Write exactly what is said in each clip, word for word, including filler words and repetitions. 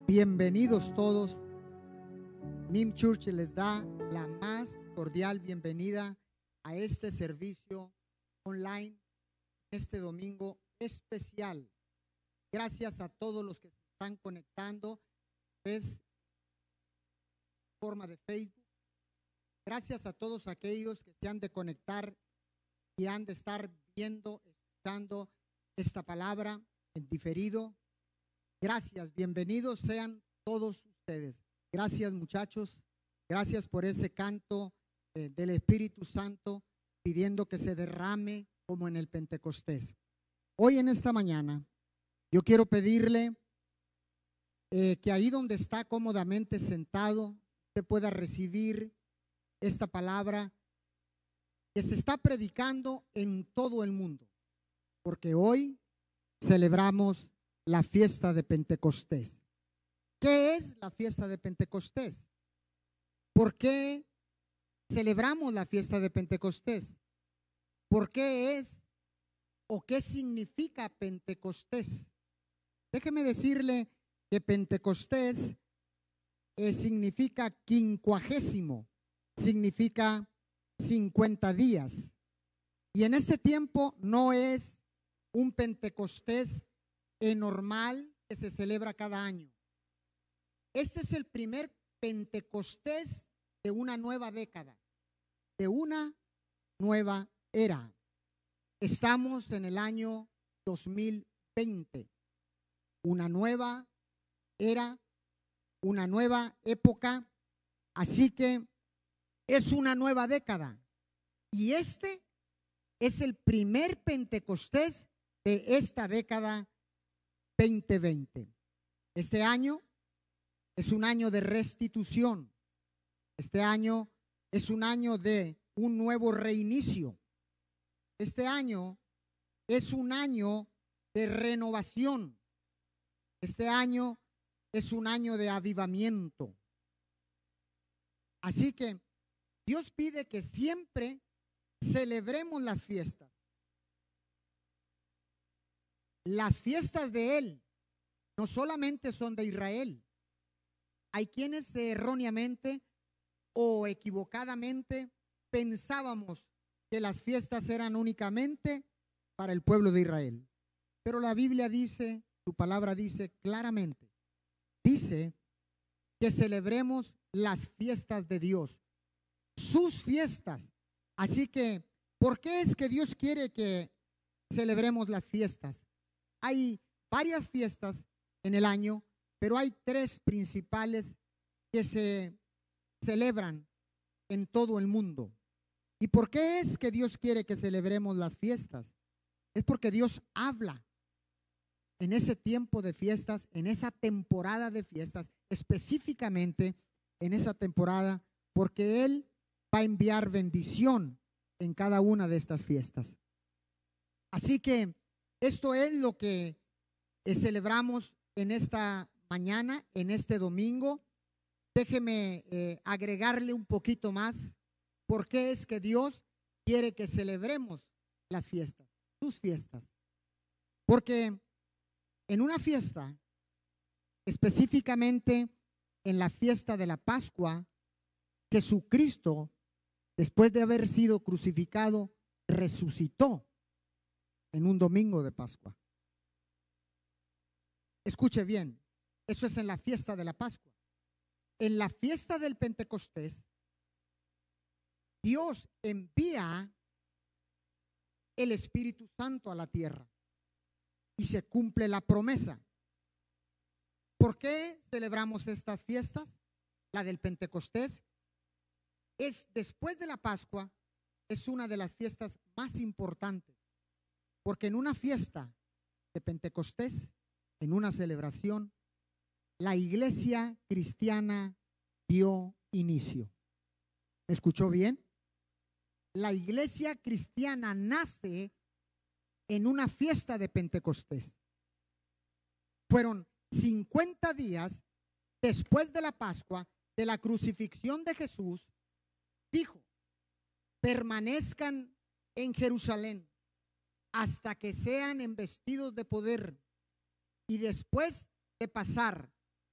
Bienvenidos todos. M I M Church les da la más cordial bienvenida a este servicio online, este domingo especial. Gracias a todos los que se están conectando, es forma de Facebook. Gracias a todos aquellos que se han de conectar y han de estar viendo, escuchando esta palabra en diferido. Gracias, bienvenidos sean todos ustedes. Gracias, muchachos. Gracias por ese canto eh, del Espíritu Santo pidiendo que se derrame como en el Pentecostés. Hoy en esta mañana yo quiero pedirle eh, que ahí donde está cómodamente sentado usted pueda recibir esta palabra que se está predicando en todo el mundo, porque hoy celebramos la fiesta de Pentecostés. ¿Qué es la fiesta de Pentecostés? ¿Por qué celebramos la fiesta de Pentecostés? ¿Por qué es o qué significa Pentecostés? Déjeme decirle que Pentecostés eh, significa quincuagésimo, significa cincuenta días. Y en este tiempo no es un Pentecostés normal que se celebra cada año. Este es el primer Pentecostés de una nueva década, de una nueva era. Estamos en el año dos mil veinte, una nueva era, una nueva época, así que es una nueva década. Y este es el primer Pentecostés de esta década veinte veinte. Este año es un año de restitución. Este año es un año de un nuevo reinicio. Este año es un año de renovación. Este año es un año de avivamiento. Así que Dios pide que siempre celebremos las fiestas. Las fiestas de Él no solamente son de Israel. Hay quienes erróneamente o equivocadamente pensábamos que las fiestas eran únicamente para el pueblo de Israel. Pero la Biblia dice, su palabra dice claramente, dice que celebremos las fiestas de Dios, sus fiestas. Así que, ¿por qué es que Dios quiere que celebremos las fiestas? Hay varias fiestas en el año, pero hay tres principales que se celebran en todo el mundo. ¿Y por qué es que Dios quiere que celebremos las fiestas? Es porque Dios habla en ese tiempo de fiestas, en esa temporada de fiestas, específicamente en esa temporada, porque Él va a enviar bendición en cada una de estas fiestas. Así que esto es lo que eh, celebramos en esta mañana, en este domingo. Déjeme eh, agregarle un poquito más. ¿Por qué es que Dios quiere que celebremos las fiestas, sus fiestas? Porque en una fiesta, específicamente en la fiesta de la Pascua, Jesucristo, después de haber sido crucificado, resucitó en un domingo de Pascua. Escuche bien, eso es en la fiesta de la Pascua. En la fiesta del Pentecostés, Dios envía el Espíritu Santo a la tierra y se cumple la promesa. ¿Por qué celebramos estas fiestas? La del Pentecostés es después de la Pascua, es una de las fiestas más importantes. Porque en una fiesta de Pentecostés, en una celebración, la iglesia cristiana dio inicio. ¿Me escuchó bien? La iglesia cristiana nace en una fiesta de Pentecostés. Fueron cincuenta días después de la Pascua, de la crucifixión de Jesús. Dijo, permanezcan en Jerusalén hasta que sean embestidos de poder, y después de pasar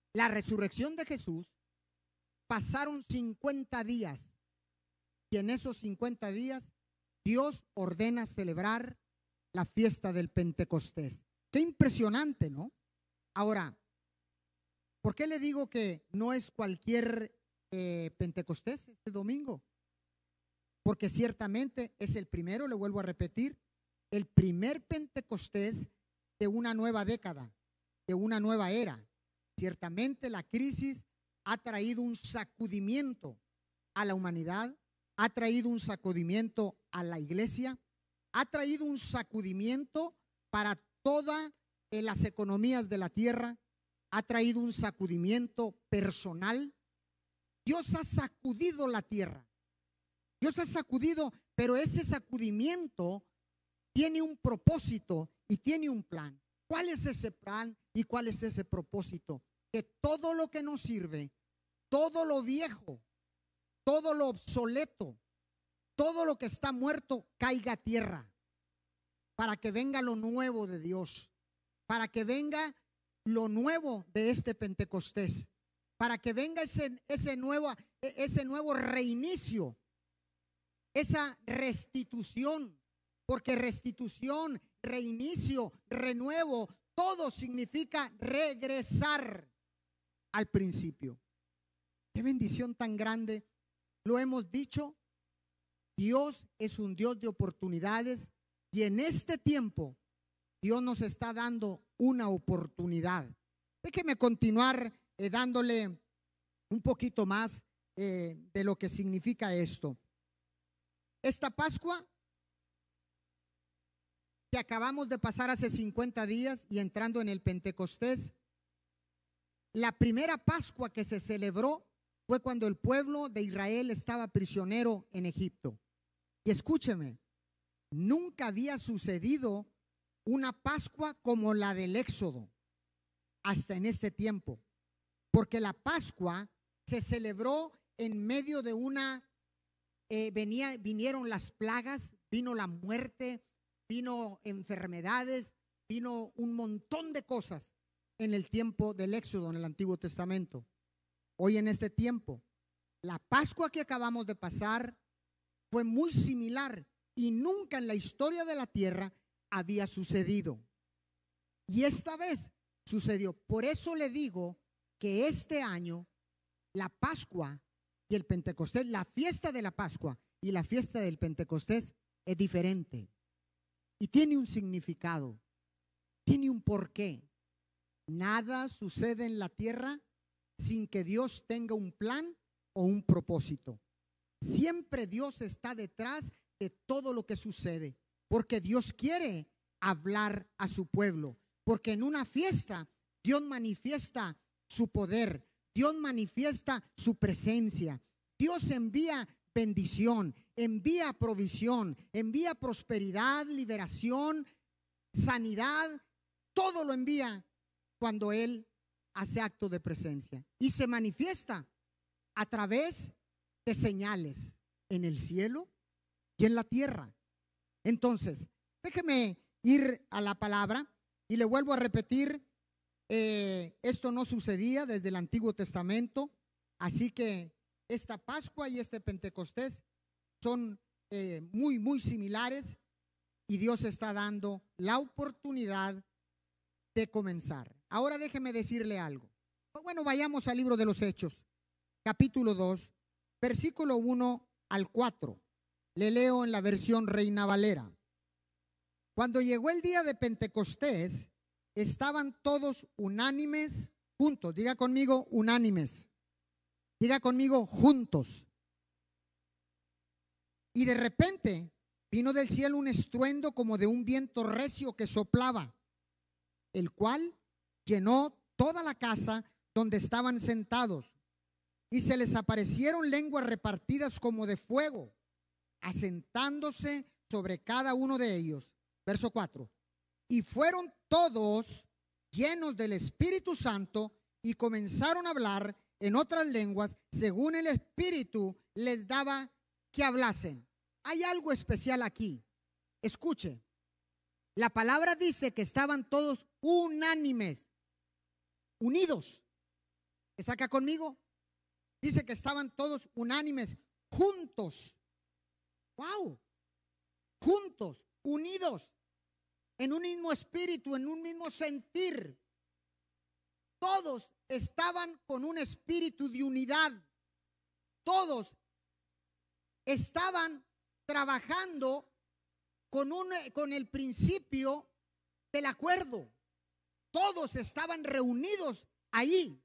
la resurrección de Jesús, pasaron cincuenta días. Y en esos cincuenta días, Dios ordena celebrar la fiesta del Pentecostés. Qué impresionante, ¿no? Ahora, ¿por qué le digo que no es cualquier eh, Pentecostés este domingo? Porque ciertamente es el primero, le vuelvo a repetir, el primer Pentecostés de una nueva década, de una nueva era. Ciertamente la crisis ha traído un sacudimiento a la humanidad, ha traído un sacudimiento a la iglesia, ha traído un sacudimiento para todas eh, las economías de la tierra, ha traído un sacudimiento personal. Dios ha sacudido la tierra. Dios ha sacudido, pero ese sacudimiento tiene un propósito y tiene un plan. ¿Cuál es ese plan y cuál es ese propósito? Que todo lo que nos sirve, todo lo viejo, todo lo obsoleto, todo lo que está muerto caiga a tierra, para que venga lo nuevo de Dios, para que venga lo nuevo de este Pentecostés, para que venga ese, ese, nuevo, ese nuevo reinicio, esa restitución, porque restitución, reinicio, renuevo, todo significa regresar al principio. Qué bendición tan grande. Lo hemos dicho, Dios es un Dios de oportunidades y en este tiempo Dios nos está dando una oportunidad. Déjeme continuar eh, dándole un poquito más eh, de lo que significa esto. Esta Pascua que acabamos de pasar hace cincuenta días y entrando en el Pentecostés, la primera Pascua que se celebró fue cuando el pueblo de Israel estaba prisionero en Egipto. Y escúcheme, nunca había sucedido una Pascua como la del Éxodo hasta en este tiempo, porque la Pascua se celebró en medio de una, eh, venía, vinieron las plagas, vino la muerte, vino enfermedades, vino un montón de cosas en el tiempo del Éxodo en el Antiguo Testamento. Hoy en este tiempo, la Pascua que acabamos de pasar fue muy similar y nunca en la historia de la tierra había sucedido. Y esta vez sucedió. Por eso le digo que este año la Pascua y el Pentecostés, la fiesta de la Pascua y la fiesta del Pentecostés es diferente. Y tiene un significado, tiene un porqué. Nada sucede en la tierra sin que Dios tenga un plan o un propósito. Siempre Dios está detrás de todo lo que sucede, porque Dios quiere hablar a su pueblo, porque en una fiesta Dios manifiesta su poder, Dios manifiesta su presencia, Dios envía bendición, envía provisión, envía prosperidad, liberación, sanidad, todo lo envía cuando Él hace acto de presencia y se manifiesta a través de señales en el cielo y en la tierra. Entonces, déjeme ir a la palabra y le vuelvo a repetir, eh, esto no sucedía desde el Antiguo Testamento, así que esta Pascua y este Pentecostés son eh, muy, muy similares y Dios está dando la oportunidad de comenzar. Ahora déjeme decirle algo. Bueno, vayamos al libro de los Hechos, capítulo dos, versículo uno al cuatro. Le leo en la versión Reina Valera. Cuando llegó el día de Pentecostés, estaban todos unánimes juntos. Diga conmigo, unánimes. Diga conmigo, juntos. Y de repente vino del cielo un estruendo como de un viento recio que soplaba, el cual llenó toda la casa donde estaban sentados. Y se les aparecieron lenguas repartidas como de fuego, asentándose sobre cada uno de ellos. Verso cuatro. Y fueron todos llenos del Espíritu Santo y comenzaron a hablar en otras lenguas según el Espíritu les daba que hablasen. Hay algo especial aquí. Escuche. La palabra dice que estaban todos unánimes, unidos. ¿Está acá conmigo? Dice que estaban todos unánimes, juntos. ¡Wow! Juntos, unidos, en un mismo espíritu, en un mismo sentir. Todos estaban con un espíritu de unidad. Todos estaban trabajando con, un, con el principio del acuerdo. Todos estaban reunidos ahí,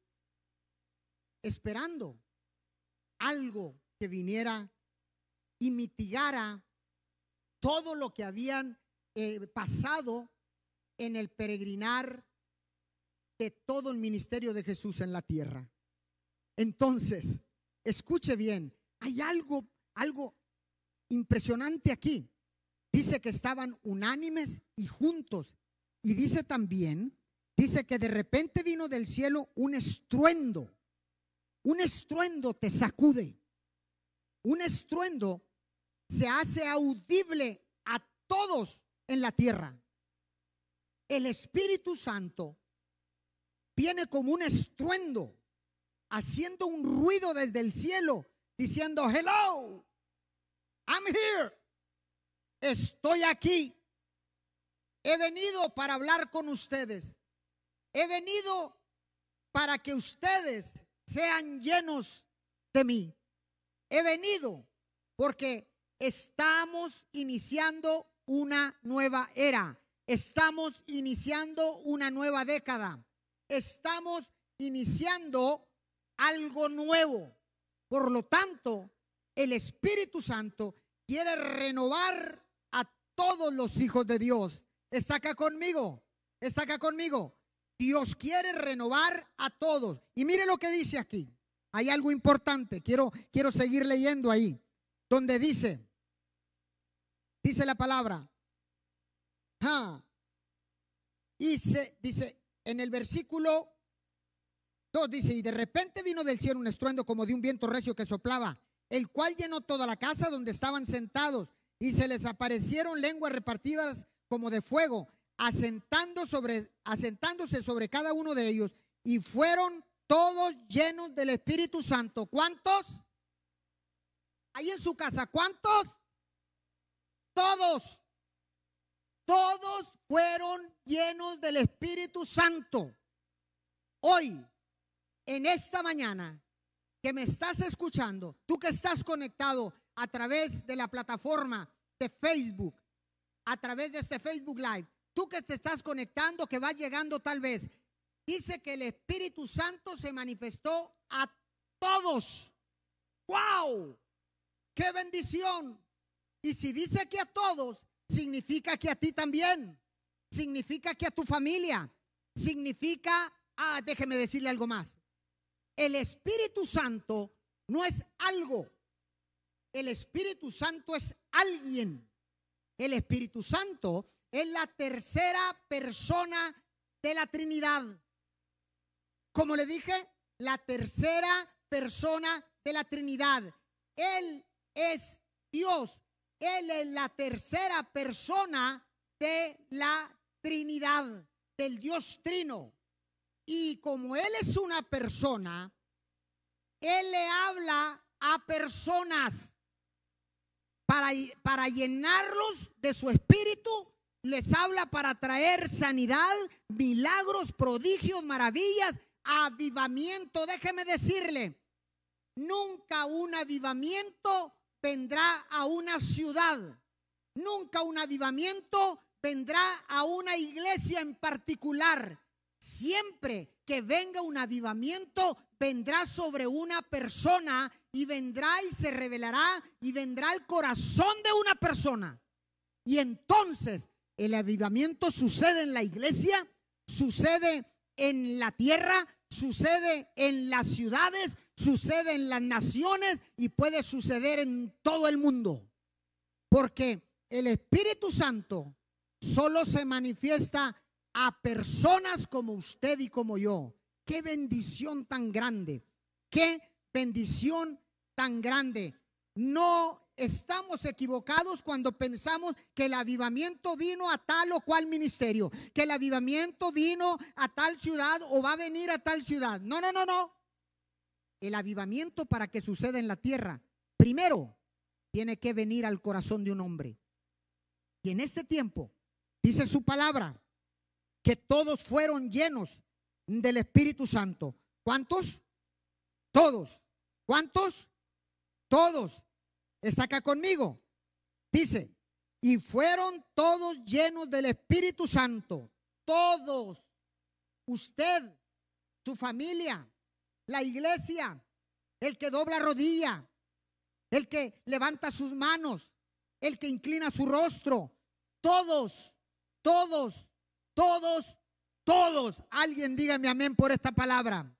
esperando algo que viniera y mitigara todo lo que habían eh, pasado en el peregrinar de todo el ministerio de Jesús en la tierra. Entonces, escuche bien, hay algo, algo impresionante aquí. Dice que estaban unánimes y juntos. Y dice también, dice que de repente vino del cielo un estruendo. Un estruendo te sacude. Un estruendo se hace audible a todos en la tierra. El Espíritu Santo viene como un estruendo, haciendo un ruido desde el cielo, diciendo: hello, I'm here. Estoy aquí. He venido para hablar con ustedes. He venido para que ustedes sean llenos de mí. He venido porque estamos iniciando una nueva era. Estamos iniciando una nueva década. Estamos iniciando algo nuevo. Por lo tanto, el Espíritu Santo quiere renovar a todos los hijos de Dios. ¿Está acá conmigo? ¿Está acá conmigo? Dios quiere renovar a todos. Y mire lo que dice aquí. Hay algo importante. Quiero, quiero seguir leyendo ahí. Donde dice, dice la palabra. Ah, y se, dice en el versículo dos, dice: y de repente vino del cielo un estruendo como de un viento recio que soplaba, el cual llenó toda la casa donde estaban sentados, y se les aparecieron lenguas repartidas como de fuego, asentando sobre, asentándose sobre cada uno de ellos, y fueron todos llenos del Espíritu Santo. ¿Cuántos? Ahí en su casa, ¿cuántos? Todos. Todos fueron llenos del Espíritu Santo. Hoy, en esta mañana, que me estás escuchando, tú que estás conectado a través de la plataforma de Facebook, a través de este Facebook Live, tú que te estás conectando, que va llegando tal vez, dice que el Espíritu Santo se manifestó a todos. ¡Wow! ¡Qué bendición! Y si dice que a todos, significa que a ti también, significa que a tu familia, significa, ah, déjeme decirle algo más. El Espíritu Santo no es algo, el Espíritu Santo es alguien. El Espíritu Santo es la tercera persona de la Trinidad. Como le dije, la tercera persona de la Trinidad. Él es Dios. Él es la tercera persona de la Trinidad, del Dios Trino. Y como Él es una persona, Él le habla a personas para, para llenarlos de su espíritu. Les habla para traer sanidad, milagros, prodigios, maravillas, avivamiento. Déjeme decirle, nunca un avivamiento vendrá a una ciudad. Nunca un avivamiento vendrá a una iglesia en particular. Siempre que venga un avivamiento, vendrá sobre una persona y vendrá y se revelará y vendrá al corazón de una persona. Y entonces el avivamiento sucede en la iglesia, sucede en la tierra, sucede en las ciudades, sucede en las naciones y puede suceder en todo el mundo. Porque el Espíritu Santo solo se manifiesta a personas como usted y como yo. Qué bendición tan grande, qué bendición tan grande. No estamos equivocados cuando pensamos que el avivamiento vino a tal o cual ministerio, que el avivamiento vino a tal ciudad o va a venir a tal ciudad. No, no, no, no. el avivamiento para que suceda en la tierra, primero tiene que venir al corazón de un hombre. Y en este tiempo, dice su palabra, que todos fueron llenos del Espíritu Santo. ¿Cuántos? Todos. ¿Cuántos? Todos. ¿Está acá conmigo? Dice, y fueron todos llenos del Espíritu Santo. Todos. Usted, su familia, la iglesia, el que dobla rodilla, el que levanta sus manos, el que inclina su rostro. Todos, todos, todos, todos. Alguien dígame amén por esta palabra.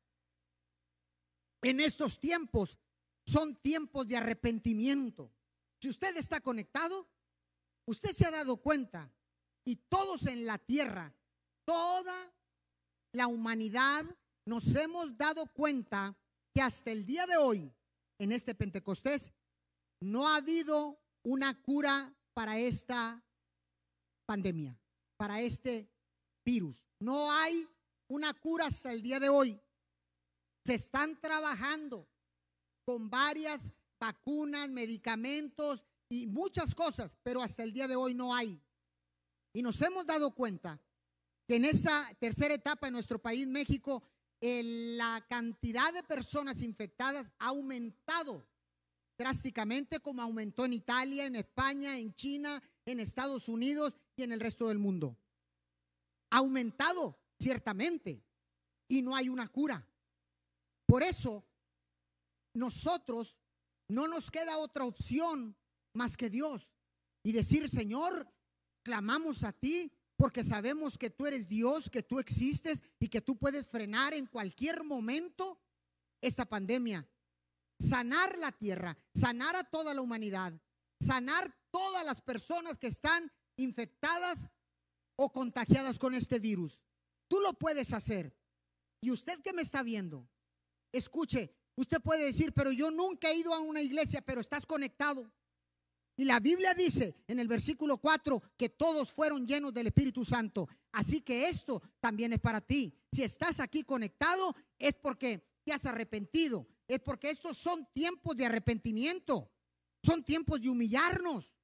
En estos tiempos son tiempos de arrepentimiento. Si usted está conectado, usted se ha dado cuenta, y todos en la tierra, toda la humanidad, nos hemos dado cuenta que hasta el día de hoy, en este Pentecostés, no ha habido una cura para esta pandemia, para este virus. No hay una cura hasta el día de hoy. Se están trabajando con varias vacunas, medicamentos y muchas cosas, pero hasta el día de hoy no hay. Y nos hemos dado cuenta que en esa tercera etapa en nuestro país, México, eh, la cantidad de personas infectadas ha aumentado drásticamente, como aumentó en Italia, en España, en China, en Estados Unidos y en el resto del mundo. Ha aumentado ciertamente y no hay una cura. Por eso nosotros no nos queda otra opción más que Dios y decir: Señor, clamamos a ti porque sabemos que tú eres Dios, que tú existes y que tú puedes frenar en cualquier momento esta pandemia, sanar la tierra, sanar a toda la humanidad, sanar todas las personas que están infectadas o contagiadas con este virus. Tú lo puedes hacer. Y usted que me está viendo, escuche, usted puede decir: pero yo nunca he ido a una iglesia. Pero estás conectado. Y la Biblia dice en el versículo cuatro que todos fueron llenos del Espíritu Santo. Así que esto también es para ti. Si estás aquí conectado, es porque te has arrepentido. Es porque estos son tiempos de arrepentimiento. Son tiempos de humillarnos.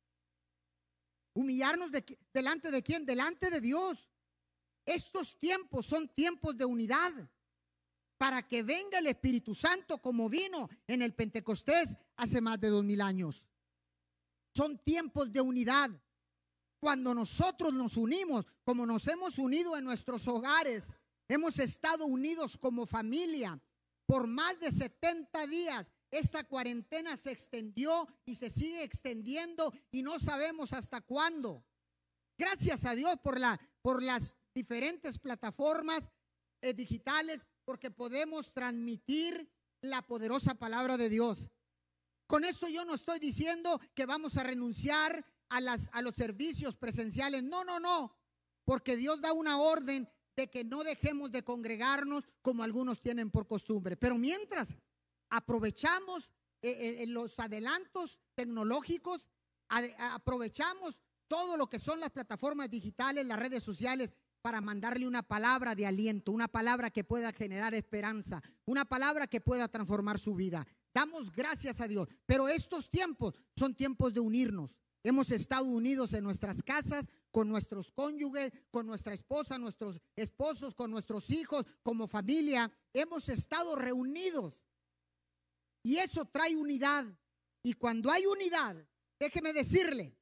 Humillarnos de, delante de quién? Delante de Dios. Estos tiempos son tiempos de unidad, para que venga el Espíritu Santo como vino en el Pentecostés hace más de dos mil años. Son tiempos de unidad. Cuando nosotros nos unimos, como nos hemos unido en nuestros hogares, hemos estado unidos como familia por más de setenta días. Esta cuarentena se extendió y se sigue extendiendo y no sabemos hasta cuándo. Gracias a Dios por, la, por las diferentes plataformas eh, digitales, porque podemos transmitir la poderosa palabra de Dios. Con esto yo no estoy diciendo que vamos a renunciar a, las, a los servicios presenciales. No, no, no. Porque Dios da una orden de que no dejemos de congregarnos como algunos tienen por costumbre. Pero mientras aprovechamos eh, eh, los adelantos tecnológicos, a, aprovechamos todo lo que son las plataformas digitales, las redes sociales, para mandarle una palabra de aliento, una palabra que pueda generar esperanza, una palabra que pueda transformar su vida. Damos gracias a Dios, pero estos tiempos son tiempos de unirnos. Hemos estado unidos en nuestras casas, con nuestros cónyuges, con nuestra esposa, nuestros esposos, con nuestros hijos, como familia. Hemos estado reunidos y eso trae unidad. Y cuando hay unidad, déjeme decirle,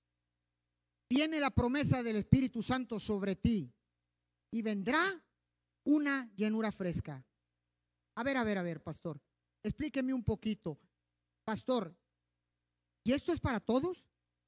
viene la promesa del Espíritu Santo sobre ti y vendrá una llenura fresca. A ver, a ver, a ver, pastor, explíqueme un poquito. Pastor, ¿y esto es para todos?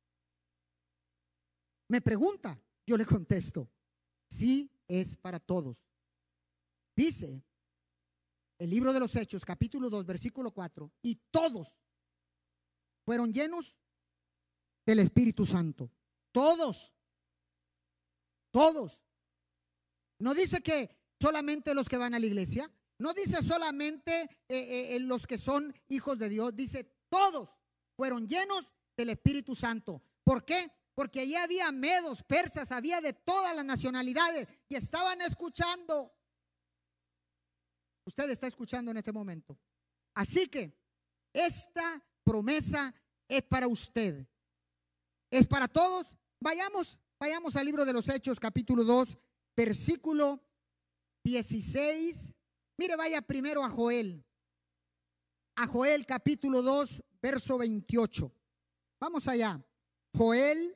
Me pregunta, yo le contesto, sí es para todos. Dice el libro de los Hechos, capítulo dos, versículo cuatro, y todos fueron llenos del Espíritu Santo. Todos, todos. No dice que solamente los que van a la iglesia, no dice solamente eh, eh, los que son hijos de Dios, dice todos fueron llenos del Espíritu Santo. ¿Por qué? Porque allí había medos, persas, había de todas las nacionalidades y estaban escuchando. Usted está escuchando en este momento. Así que esta promesa es para usted. Es para todos. Vayamos, vayamos al libro de los Hechos, capítulo dos, versículo dieciséis. Mire, vaya primero a Joel. A Joel, capítulo dos, verso veintiocho. Vamos allá. Joel,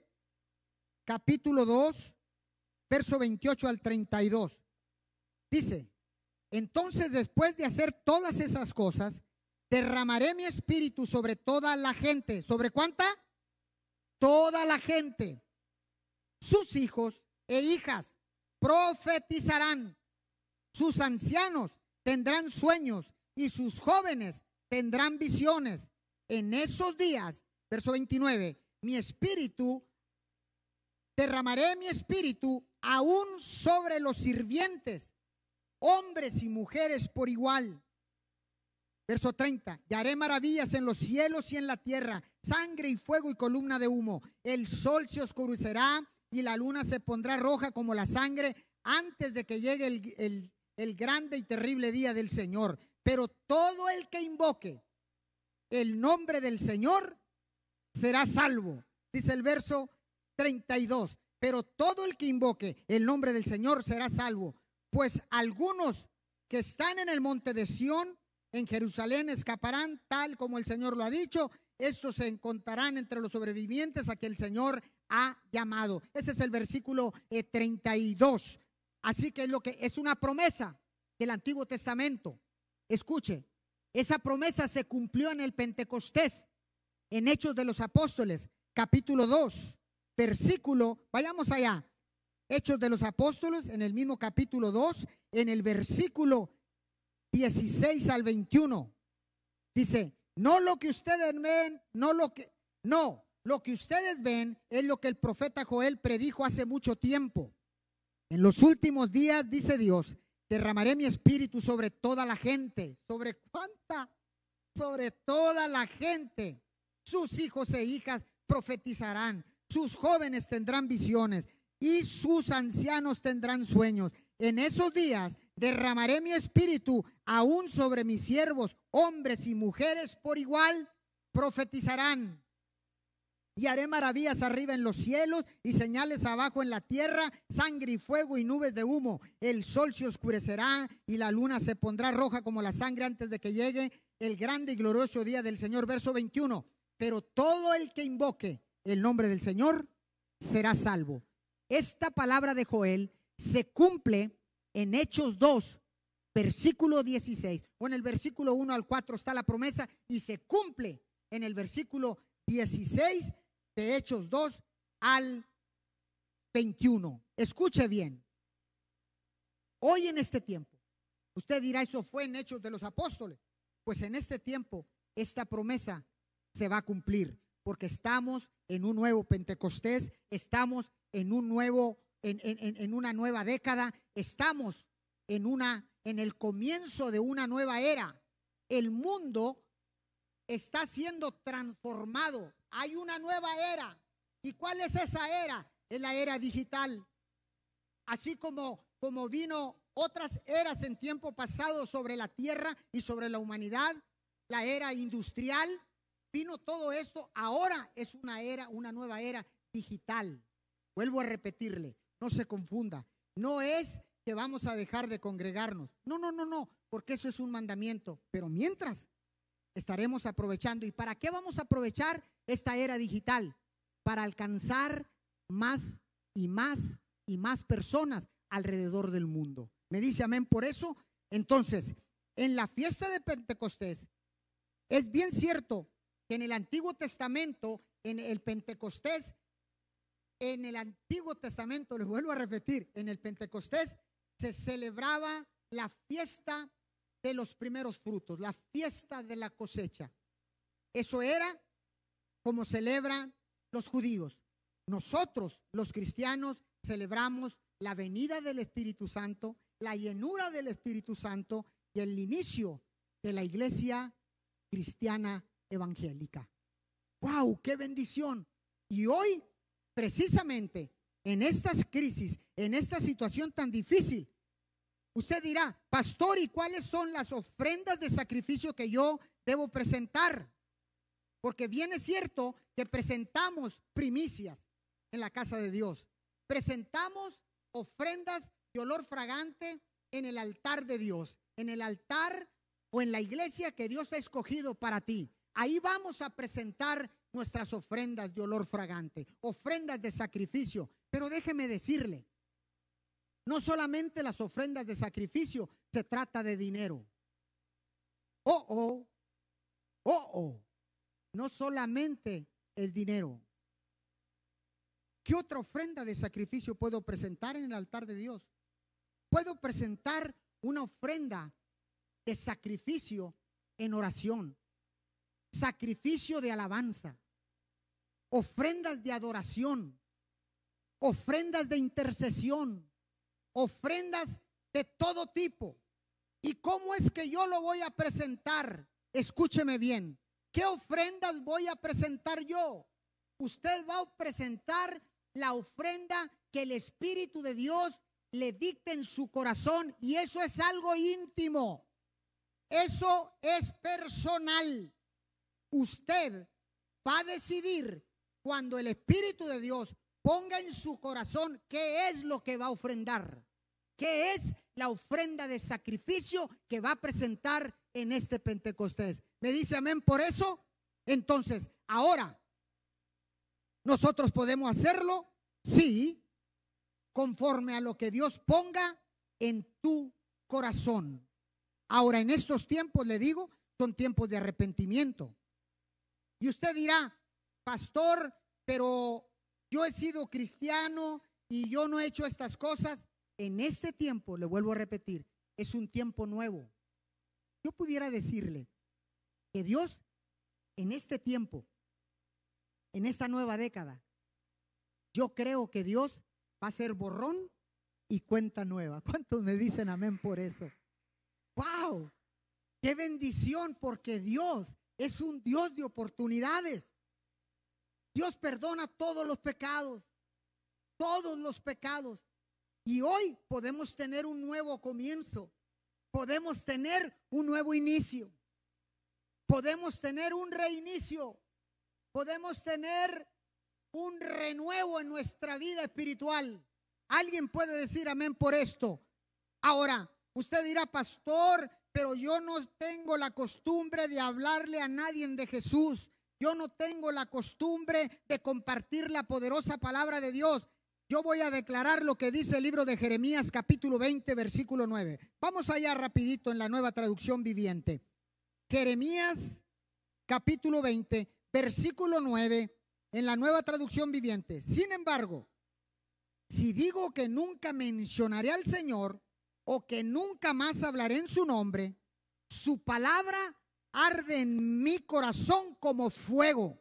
capítulo dos, verso veintiocho al treinta y dos. Dice: entonces, después de hacer todas esas cosas, derramaré mi espíritu sobre toda la gente. ¿Sobre cuánta? Toda la gente. Sus hijos e hijas profetizarán. Sus ancianos tendrán sueños y sus jóvenes tendrán visiones. En esos días, verso veintinueve, mi espíritu, derramaré mi espíritu aún sobre los sirvientes, hombres y mujeres por igual. Verso treinta, y haré maravillas en los cielos y en la tierra, sangre y fuego y columna de humo. El sol se oscurecerá y la luna se pondrá roja como la sangre antes de que llegue el, el, el grande y terrible día del Señor. Pero todo el que invoque el nombre del Señor será salvo. Dice el verso treinta y dos, pero todo el que invoque el nombre del Señor será salvo. Pues algunos que están en el monte de Sión, en Jerusalén, escaparán, tal como el Señor lo ha dicho. Estos se encontrarán entre los sobrevivientes a que el Señor ha llamado. Ese es el versículo eh, treinta y dos. Así que es lo que es una promesa del Antiguo Testamento. Escuche, esa promesa se cumplió en el Pentecostés, en Hechos de los Apóstoles, capítulo dos, versículo, vayamos allá. Hechos de los Apóstoles, en el mismo capítulo dos, en el versículo dieciséis al veintiuno, dice: no lo que ustedes ven, no lo que, no, lo que ustedes ven es lo que el profeta Joel predijo hace mucho tiempo. En los últimos días, dice Dios, derramaré mi espíritu sobre toda la gente. ¿Sobre cuánta? Sobre toda la gente. Sus hijos e hijas profetizarán, sus jóvenes tendrán visiones y sus ancianos tendrán sueños. En esos días derramaré mi espíritu aún sobre mis siervos, hombres y mujeres por igual profetizarán. Y haré maravillas arriba en los cielos y señales abajo en la tierra, sangre y fuego y nubes de humo. El sol se oscurecerá y la luna se pondrá roja como la sangre antes de que llegue el grande y glorioso día del Señor. Verso veintiuno, pero todo el que invoque el nombre del Señor será salvo. Esta palabra de Joel se cumple en Hechos dos, versículo dieciséis, o en el versículo uno al cuatro está la promesa, y se cumple en el versículo dieciséis de Hechos dos al veintiuno. Escuche bien. Hoy en este tiempo, usted dirá, eso fue en Hechos de los Apóstoles. Pues en este tiempo esta promesa se va a cumplir, porque estamos en un nuevo Pentecostés, estamos en un nuevo, en, en, en una nueva década, estamos en una, en el comienzo de una nueva era. El mundo está siendo transformado. Hay una nueva era. ¿Y cuál es esa era? Es la era digital. Así como, como vino otras eras en tiempo pasado sobre la tierra y sobre la humanidad, la era industrial, vino todo esto. Ahora es una era, una nueva era digital. Vuelvo a repetirle, no se confunda. No es que vamos a dejar de congregarnos. No, no, no, no, porque eso es un mandamiento. Pero mientras estaremos aprovechando. ¿Y para qué vamos a aprovechar esta era digital? Para alcanzar más y más y más personas alrededor del mundo. ¿Me dice amén por eso? Entonces, en la fiesta de Pentecostés, es bien cierto que en el Antiguo Testamento, en el Pentecostés, en el Antiguo Testamento, les vuelvo a repetir, en el Pentecostés se celebraba la fiesta de los primeros frutos, la fiesta de la cosecha. Eso era como celebran los judíos. Nosotros, los cristianos, celebramos la venida del Espíritu Santo, la llenura del Espíritu Santo y el inicio de la iglesia cristiana evangélica. ¡Wow! ¡Qué bendición! Y hoy, precisamente en estas crisis, en esta situación tan difícil, Usted dirá, pastor, ¿y cuáles son las ofrendas de sacrificio que yo debo presentar? Porque bien es cierto que presentamos primicias en la casa de Dios. Presentamos ofrendas de olor fragante en el altar de Dios, en el altar o en la iglesia que Dios ha escogido para ti. Ahí vamos a presentar nuestras ofrendas de olor fragante, ofrendas de sacrificio. Pero déjeme decirle, no solamente las ofrendas de sacrificio se trata de dinero. Oh, oh, oh, oh. No solamente es dinero. ¿Qué otra ofrenda de sacrificio puedo presentar en el altar de Dios? Puedo presentar una ofrenda de sacrificio en oración, sacrificio de alabanza, ofrendas de adoración, ofrendas de intercesión, ofrendas de todo tipo. ¿Y cómo es que yo lo voy a presentar? Escúcheme bien. ¿Qué ofrendas voy a presentar yo? Usted va a presentar la ofrenda que el Espíritu de Dios le dicte en su corazón, y eso es algo íntimo. Eso es personal. Usted va a decidir cuando el Espíritu de Dios ponga en su corazón qué es lo que va a ofrendar, qué es la ofrenda de sacrificio que va a presentar en este Pentecostés. ¿Me dice amén por eso? Entonces, ahora, ¿nosotros podemos hacerlo? Sí, conforme a lo que Dios ponga en tu corazón. Ahora, en estos tiempos, le digo, son tiempos de arrepentimiento. Y usted dirá, pastor, pero yo he sido cristiano y yo no he hecho estas cosas. En este tiempo, le vuelvo a repetir, es un tiempo nuevo. Yo pudiera decirle que Dios en este tiempo, en esta nueva década, yo creo que Dios va a ser borrón y cuenta nueva. ¿Cuántos me dicen amén por eso? ¡Wow! ¡Qué bendición! Porque Dios es un Dios de oportunidades. Dios perdona todos los pecados, todos los pecados. Y hoy podemos tener un nuevo comienzo. Podemos tener un nuevo inicio. Podemos tener un reinicio. Podemos tener un renuevo en nuestra vida espiritual. ¿Alguien puede decir amén por esto? Ahora, usted dirá, pastor, pero yo no tengo la costumbre de hablarle a nadie de Jesús. Yo no tengo la costumbre de compartir la poderosa palabra de Dios. Yo voy a declarar lo que dice el libro de Jeremías capítulo veinte versículo nueve. Vamos allá rapidito en la Nueva Traducción Viviente. Jeremías capítulo veinte versículo nueve en la Nueva Traducción Viviente. Sin embargo, si digo que nunca mencionaré al Señor o que nunca más hablaré en su nombre, su palabra arde en mi corazón como fuego.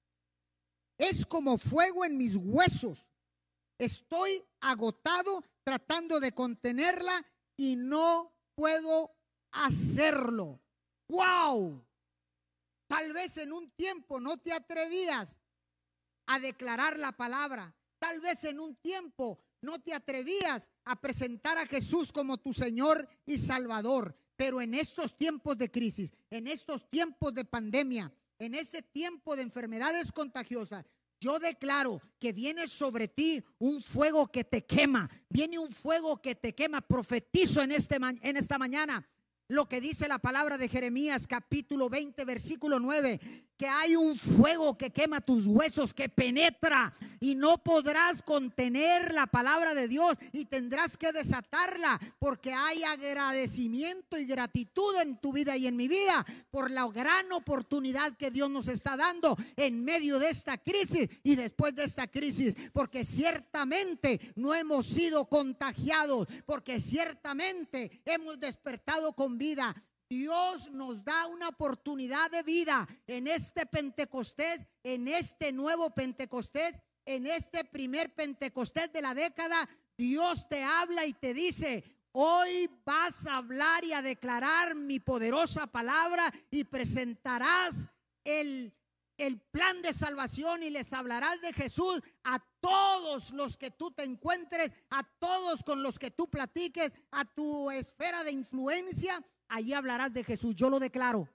Es como fuego en mis huesos. Estoy agotado tratando de contenerla y no puedo hacerlo. ¡Wow! Tal vez en un tiempo no te atrevías a declarar la palabra. Tal vez en un tiempo no te atrevías a presentar a Jesús como tu Señor y Salvador. Pero en estos tiempos de crisis, en estos tiempos de pandemia, en este tiempo de enfermedades contagiosas, yo declaro que viene sobre ti un fuego que te quema. Viene un fuego que te quema. Profetizo en, este, en esta mañana lo que dice la palabra de Jeremías capítulo veinte versículo nueve, que hay un fuego que quema tus huesos, que penetra y no podrás contener la palabra de Dios y tendrás que desatarla, porque hay agradecimiento y gratitud en tu vida y en mi vida por la gran oportunidad que Dios nos está dando en medio de esta crisis y después de esta crisis, porque ciertamente no hemos sido contagiados, porque ciertamente hemos despertado con vida. Dios nos da una oportunidad de vida en este Pentecostés, en este nuevo Pentecostés, en este primer Pentecostés de la década. Dios te habla y te dice: hoy vas a hablar y a declarar mi poderosa palabra y presentarás el el plan de salvación y les hablarás de Jesús a todos los que tú te encuentres, a todos con los que tú platiques, a tu esfera de influencia. Allí hablarás de Jesús. Yo lo declaro,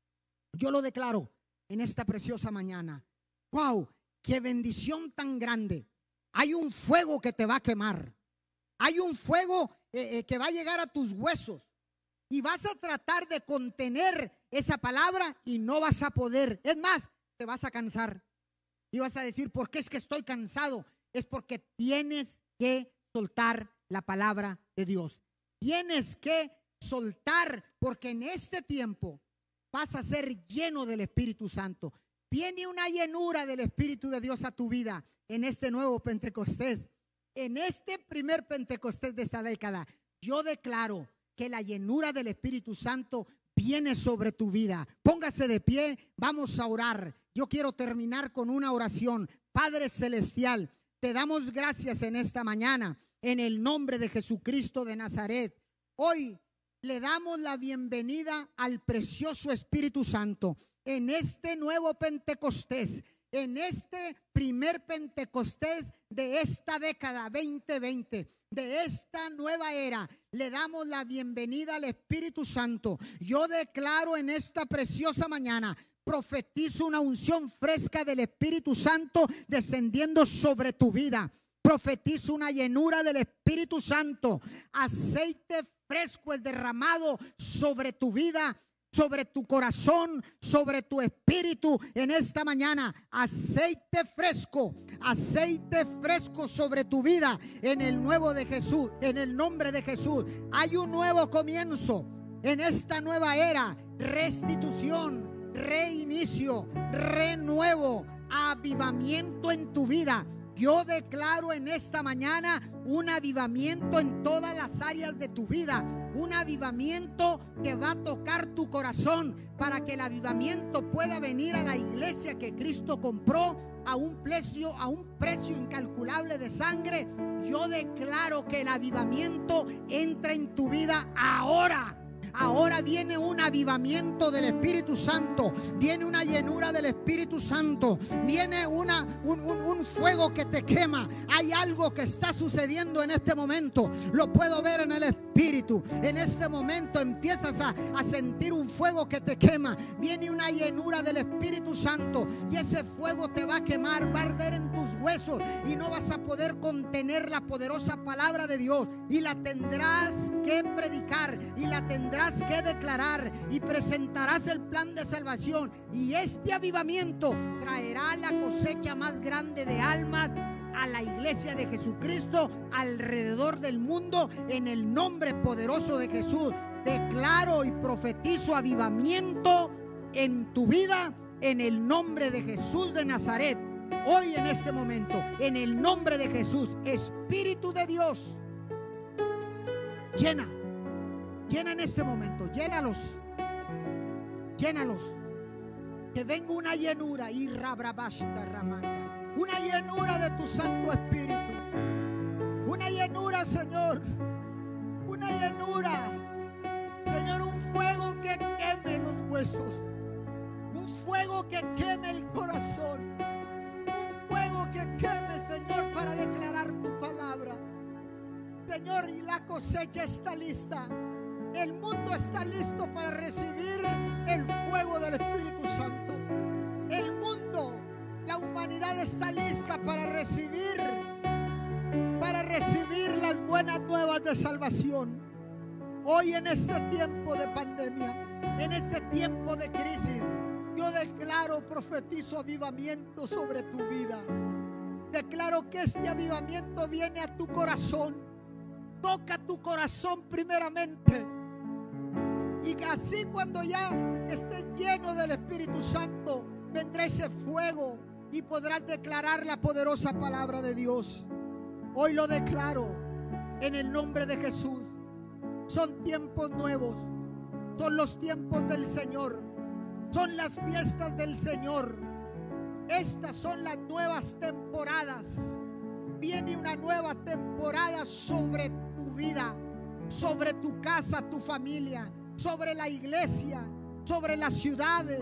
yo lo declaro en esta preciosa mañana. ¡Wow! ¡Qué bendición tan grande! Hay un fuego que te va a quemar. Hay un fuego eh, eh, que va a llegar a tus huesos. Y vas a tratar de contener esa palabra y no vas a poder. Es más, te vas a cansar. Y vas a decir, ¿por qué es que estoy cansado? Es porque tienes que soltar la palabra de Dios. Tienes que soltar, porque en este tiempo vas a ser lleno del Espíritu Santo. Viene una llenura del Espíritu de Dios a tu vida en este nuevo Pentecostés. En este primer Pentecostés de esta década, yo declaro que la llenura del Espíritu Santo viene sobre tu vida. Póngase de pie, vamos a orar. Yo quiero terminar con una oración. Padre Celestial, te damos gracias en esta mañana, en el nombre de Jesucristo de Nazaret. Hoy le damos la bienvenida al precioso Espíritu Santo en este nuevo Pentecostés, en este primer Pentecostés de esta década veinte veinte, de esta nueva era. Le damos la bienvenida al Espíritu Santo. Yo declaro en esta preciosa mañana, profetizo una unción fresca del Espíritu Santo descendiendo sobre tu vida. Profetizo una llenura del Espíritu Santo. Aceite fresco es derramado sobre tu vida, sobre tu corazón, sobre tu espíritu en esta mañana. Aceite fresco, aceite fresco sobre tu vida en el nuevo de Jesús, en el nombre de Jesús. Hay un nuevo comienzo en esta nueva era. Restitución, reinicio, renuevo, avivamiento en tu vida. Yo declaro en esta mañana un avivamiento en todas las áreas de tu vida, un avivamiento que va a tocar tu corazón para que el avivamiento pueda venir a la iglesia que Cristo compró a un precio, a un precio incalculable de sangre. Yo declaro que el avivamiento entra en tu vida ahora. Ahora viene un avivamiento del Espíritu Santo, viene una llenura del Espíritu Santo, viene una, un, un, un fuego que te quema. Hay algo que está sucediendo en este momento, lo puedo ver en el Espíritu. En este momento empiezas a, a sentir un fuego que te quema, viene una llenura del Espíritu Santo y ese fuego te va a quemar, va a arder en tus huesos y no vas a poder contener la poderosa palabra de Dios, y la tendrás que predicar y la tendrás que declarar y presentarás el plan de salvación, y este avivamiento traerá la cosecha más grande de almas a la iglesia de Jesucristo alrededor del mundo. En el nombre poderoso de Jesús declaro y profetizo avivamiento en tu vida en el nombre de Jesús de Nazaret. Hoy en este momento, en el nombre de Jesús, Espíritu de Dios, llena Llena en este momento, llénalos, llénalos. Que venga una llenura, y rabrabashta ramanda, una llenura de tu Santo Espíritu. Una llenura, Señor, una llenura, Señor, un fuego que queme los huesos, un fuego que queme el corazón, un fuego que queme, Señor, para declarar tu palabra. Señor, y la cosecha está lista. El mundo está listo para recibir el fuego del Espíritu Santo. El mundo, la humanidad está lista para recibir, para recibir las buenas nuevas de salvación. Hoy en este tiempo de pandemia, en este tiempo de crisis, yo declaro, profetizo avivamiento sobre tu vida. Declaro que este avivamiento viene a tu corazón. Toca tu corazón primeramente. Y así cuando ya estés lleno del Espíritu Santo, vendrá ese fuego y podrás declarar la poderosa palabra de Dios. Hoy lo declaro en el nombre de Jesús. Son tiempos nuevos, son los tiempos del Señor, son las fiestas del Señor. Estas son las nuevas temporadas. Viene una nueva temporada sobre tu vida, sobre tu casa, tu familia, sobre la iglesia, sobre las ciudades,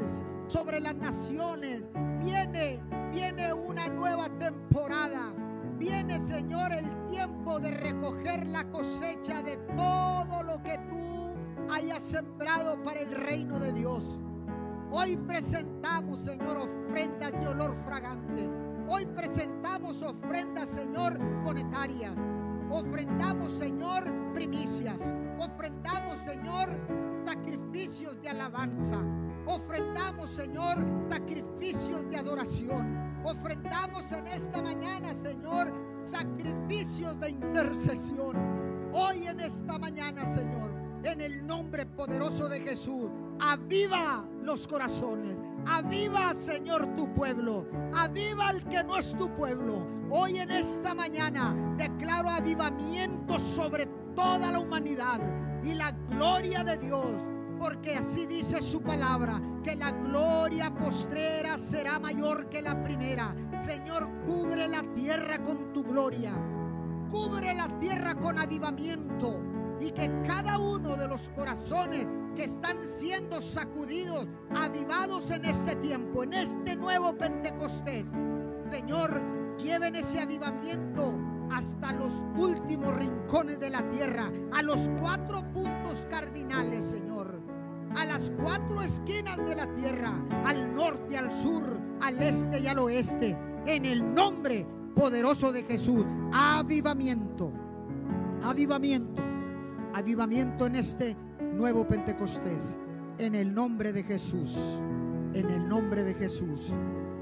sobre las naciones. Viene, viene una nueva temporada. Viene, Señor, el tiempo de recoger la cosecha de todo lo que tú hayas sembrado para el reino de Dios. Hoy presentamos, Señor, ofrendas de olor fragante. Hoy presentamos ofrendas, Señor, monetarias. Ofrendamos, Señor, primicias. Ofrendamos, Señor, sacrificios de alabanza. Ofrendamos, Señor, sacrificios de adoración. Ofrendamos en esta mañana, Señor, sacrificios de intercesión. Hoy en esta mañana, Señor, en el nombre poderoso de Jesús, aviva los corazones. Aviva, Señor, tu pueblo. Aviva al que no es tu pueblo. Hoy en esta mañana declaro avivamiento sobre toda la humanidad y la gloria de Dios. Porque así dice su palabra, que la gloria postrera será mayor que la primera. Señor, cubre la tierra con tu gloria. Cubre la tierra con avivamiento. Y que cada uno de los corazones que están siendo sacudidos, avivados en este tiempo, en este nuevo Pentecostés, Señor, lleven ese avivamiento hasta los últimos rincones de la tierra, a los cuatro puntos cardinales, Señor, a las cuatro esquinas de la tierra, al norte, al sur, al este y al oeste, en el nombre poderoso de Jesús. Avivamiento, avivamiento, avivamiento en este nuevo Pentecostés, en el nombre de Jesús, en el nombre de Jesús.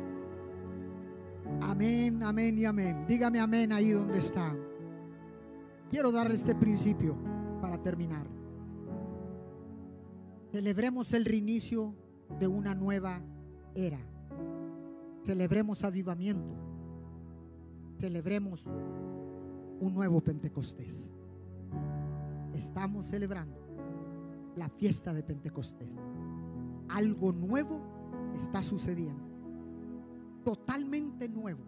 Amén, amén y amén. Dígame amén ahí donde está. Quiero darle este principio para terminar. Celebremos el reinicio de una nueva era. Celebremos avivamiento. Celebremos un nuevo Pentecostés. Estamos celebrando la fiesta de Pentecostés. Algo nuevo está sucediendo. Totalmente nuevo.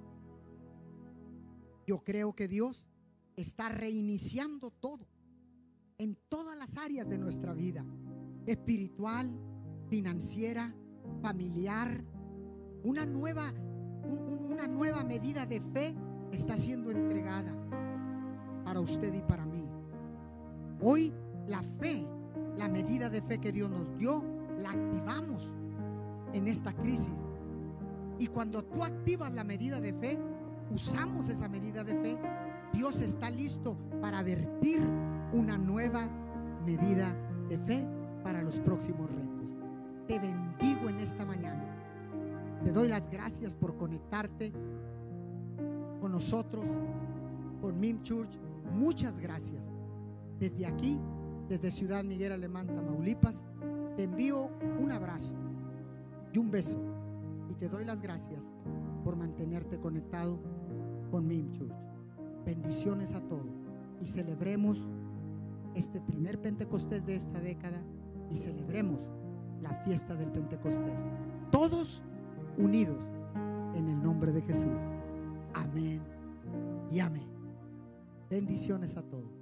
Yo creo que Dios está reiniciando todo, en todas las áreas de nuestra vida, espiritual, financiera, familiar. Una nueva, un, una nueva medida de fe está siendo entregada para usted y para mí. Hoy la fe, la medida de fe que Dios nos dio, la activamos en esta crisis. Y cuando tú activas la medida de fe, usamos esa medida de fe, Dios está listo para vertir una nueva medida de fe para los próximos retos. Te bendigo en esta mañana. Te doy las gracias por conectarte con nosotros, con Mim Church. Muchas gracias. Desde aquí, desde Ciudad Miguel Alemán, Tamaulipas, te envío un abrazo y un beso. Y te doy las gracias por mantenerte conectado con Mim Church. Bendiciones a todos. Y celebremos este primer Pentecostés de esta década. Y celebremos la fiesta del Pentecostés. Todos unidos en el nombre de Jesús. Amén y amén. Bendiciones a todos.